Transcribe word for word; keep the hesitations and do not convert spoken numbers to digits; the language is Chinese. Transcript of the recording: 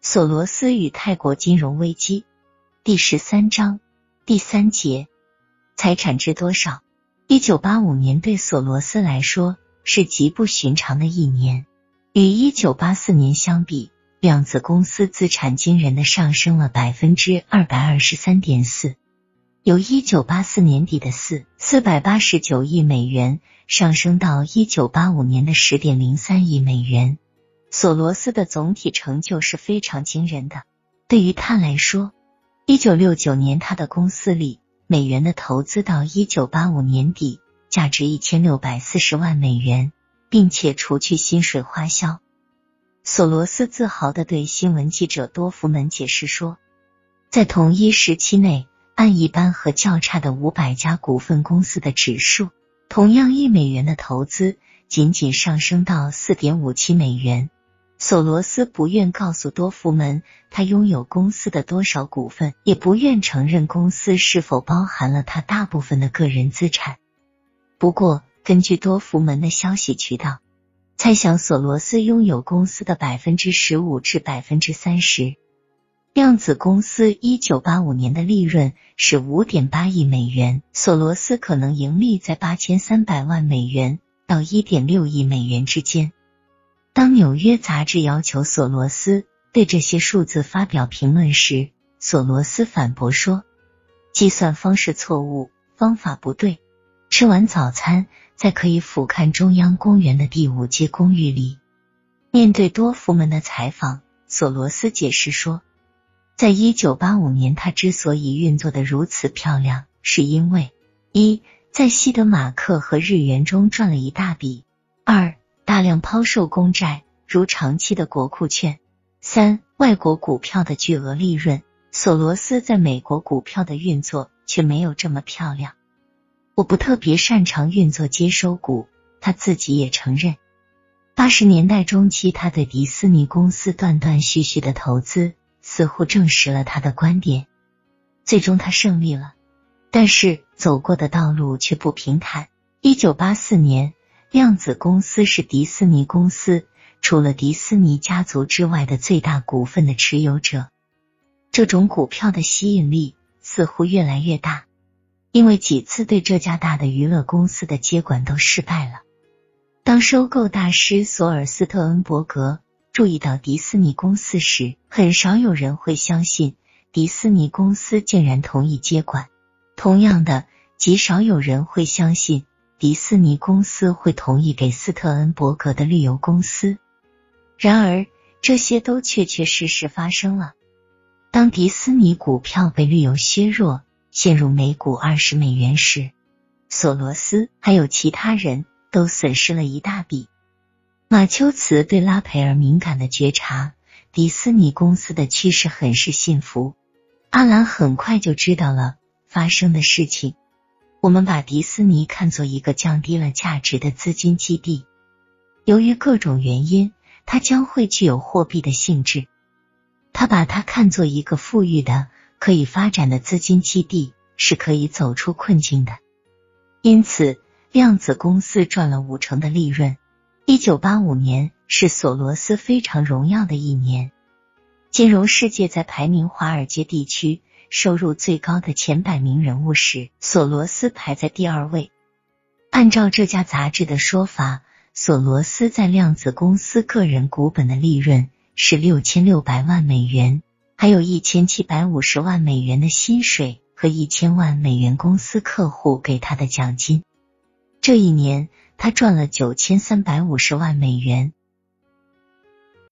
索罗斯与泰国金融危机第十三章第三节，财产值多少？一九八五年对索罗斯来说是极不寻常的一年，与一九八四年相比，量子公司资产惊人的上升了 百分之二百二十三点四， 由一九八四年底的四四百八十九亿美元上升到一九八五年的 十点零三亿美元。索罗斯的总体成就是非常惊人的。对于他来说，一九六九年他的公司里美元的投资到一九八五年底价值一千六百四十万美元，并且除去薪水花销。索罗斯自豪地对新闻记者多弗门解释说，在同一时期内，按一般和较差的五百家股份公司的指数，同样一美元的投资仅仅上升到 四点五七美元。索罗斯不愿告诉多弗门他拥有公司的多少股份，也不愿承认公司是否包含了他大部分的个人资产。不过，根据多弗门的消息渠道，猜想索罗斯拥有公司的 百分之十五 至 百分之三十。量子公司一九八五年的利润是 五点八亿美元，索罗斯可能盈利在八千三百万美元到 一点六亿美元之间。当纽约杂志要求索罗斯对这些数字发表评论时，索罗斯反驳说，计算方式错误，方法不对。吃完早餐，在可以俯瞰中央公园的第五街公寓里，面对多弗门的采访，索罗斯解释说，在一九八五年他之所以运作得如此漂亮，是因为一在西德马克和日元中赚了一大笔，二大量抛售公债，如长期的国库券，三外国股票的巨额利润。索罗斯在美国股票的运作却没有这么漂亮。我不特别擅长运作接收股，他自己也承认。八十年代中期，他对迪士尼公司断断续续的投资似乎证实了他的观点。最终他胜利了，但是走过的道路却不平坦。一九八四年，量子公司是迪士尼公司除了迪士尼家族之外的最大股份的持有者。这种股票的吸引力似乎越来越大，因为几次对这家大的娱乐公司的接管都失败了。当收购大师索尔斯特恩伯格注意到迪士尼公司时，很少有人会相信迪士尼公司竟然同意接管。同样的，极少有人会相信迪士尼公司会同意给斯特恩伯格的旅游公司。然而，这些都确确实实发生了。当迪士尼股票被旅游削弱，陷入每股二十美元时，索罗斯还有其他人都损失了一大笔。马丘茨对拉斐尔敏感的觉察，迪士尼公司的趋势很是信服。阿兰很快就知道了发生的事情。我们把迪士尼看作一个降低了价值的资金基地，由于各种原因，它将会具有货币的性质。他把它看作一个富裕的可以发展的资金基地，是可以走出困境的。因此，量子公司赚了五成的利润。一九八五年是索罗斯非常荣耀的一年。金融世界在排名华尔街地区收入最高的前百名人物时，索罗斯排在第二位。按照这家杂志的说法，索罗斯在量子公司个人股本的利润是六千六百万美元，还有一千七百五十万美元的薪水和一千万美元公司客户给他的奖金。这一年，他赚了九千三百五十万美元，